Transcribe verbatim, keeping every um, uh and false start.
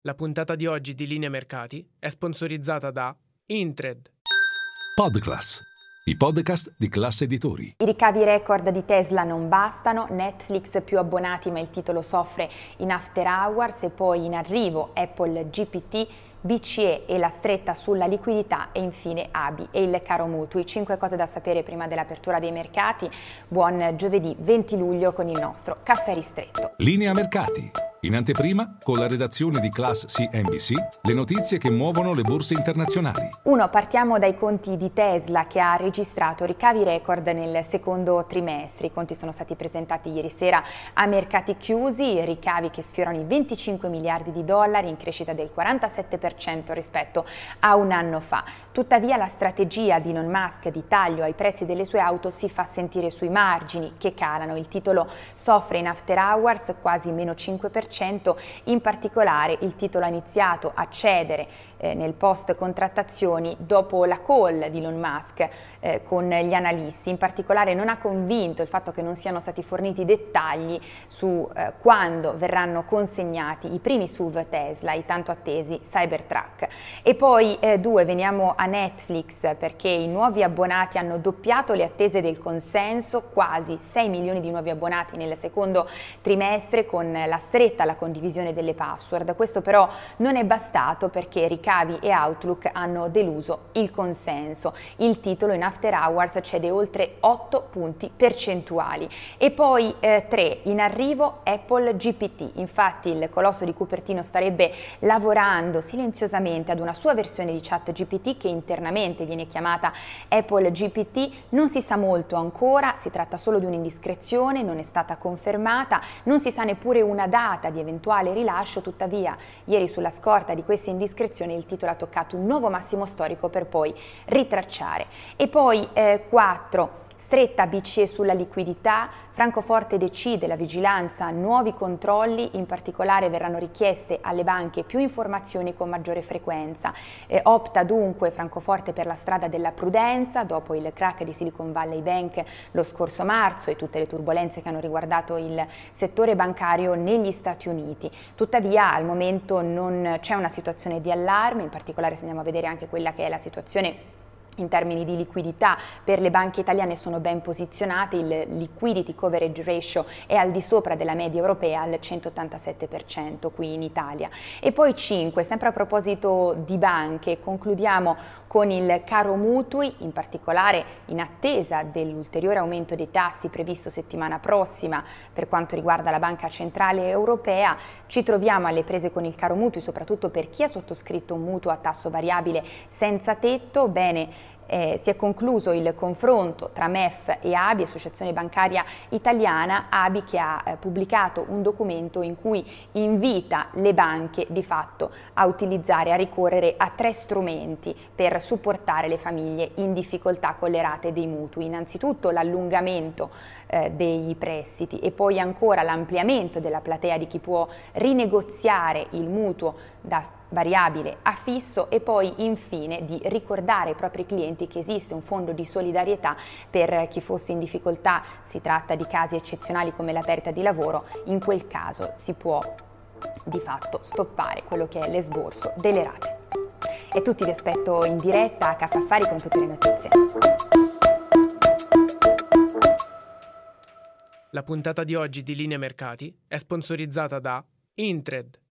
La puntata di oggi di Linea Mercati è sponsorizzata da Intred. Podclass, i podcast di Class Editori. I ricavi record di Tesla non bastano, Netflix più abbonati ma il titolo soffre in after hours e poi in arrivo Apple G P T, B C E e la stretta sulla liquidità e infine A B I e il caro mutui. Cinque cose da sapere prima dell'apertura dei mercati. Buon giovedì venti luglio con il nostro caffè ristretto. Linea Mercati. In anteprima, con la redazione di Class C N B C, le notizie che muovono le borse internazionali. Uno, partiamo dai conti di Tesla che ha registrato ricavi record nel secondo trimestre. I conti sono stati presentati ieri sera a mercati chiusi, ricavi che sfiorano i venticinque miliardi di dollari in crescita del quarantasette per cento rispetto a un anno fa. Tuttavia la strategia di Elon Musk di taglio ai prezzi delle sue auto si fa sentire sui margini che calano. Il titolo soffre in after hours quasi meno cinque per cento. In particolare il titolo ha iniziato a cedere eh, nel post contrattazioni dopo la call di Elon Musk eh, con gli analisti. In particolare non ha convinto il fatto che non siano stati forniti dettagli su eh, quando verranno consegnati i primi S U V Tesla, i tanto attesi Cybertruck. E poi eh, due, veniamo a Netflix, perché i nuovi abbonati hanno doppiato le attese del consenso, quasi sei milioni di nuovi abbonati nel secondo trimestre con la stretta alla condivisione delle password. Questo però non è bastato perché ricavi e Outlook hanno deluso il consenso. Il titolo in after hours cede oltre otto punti percentuali. E poi eh, tre, in arrivo Apple G P T. Infatti il colosso di Cupertino starebbe lavorando silenziosamente ad una sua versione di Chat G P T che internamente viene chiamata Apple G P T. Non si sa molto ancora, si tratta solo di un'indiscrezione, non è stata confermata, non si sa neppure una data di eventuale rilascio. Tuttavia ieri sulla scorta di questa indiscrezione il titolo ha toccato un nuovo massimo storico per poi ritracciare. E poi eh, quattro, stretta B C E sulla liquidità. Francoforte decide la vigilanza, nuovi controlli, in particolare verranno richieste alle banche più informazioni con maggiore frequenza. Eh, opta dunque Francoforte per la strada della prudenza dopo il crack di Silicon Valley Bank lo scorso marzo e tutte le turbolenze che hanno riguardato il settore bancario negli Stati Uniti. Tuttavia al momento non c'è una situazione di allarme, in particolare se andiamo a vedere anche quella che è la situazione in termini di liquidità. Per le banche italiane sono ben posizionate, il liquidity coverage ratio è al di sopra della media europea al centottantasette per cento qui in Italia. E poi cinque, sempre a proposito di banche, concludiamo con il caro mutui, in particolare in attesa dell'ulteriore aumento dei tassi previsto settimana prossima per quanto riguarda la Banca Centrale Europea. Ci troviamo alle prese con il caro mutui, soprattutto per chi ha sottoscritto un mutuo a tasso variabile senza tetto. Bene, Eh, si è concluso il confronto tra M E F e A B I, Associazione Bancaria Italiana. A B I che ha eh, pubblicato un documento in cui invita le banche di fatto a utilizzare, a ricorrere a tre strumenti per supportare le famiglie in difficoltà con le rate dei mutui. Innanzitutto l'allungamento eh, dei prestiti e poi ancora l'ampliamento della platea di chi può rinegoziare il mutuo da variabile a fisso e poi infine di ricordare ai propri clienti che esiste un fondo di solidarietà per chi fosse in difficoltà. Si tratta di casi eccezionali come la perdita di lavoro, in quel caso si può di fatto stoppare quello che è l'esborso delle rate. E tutti vi aspetto in diretta a Caffè Affari con tutte le notizie. La puntata di oggi di Linea Mercati è sponsorizzata da Intred.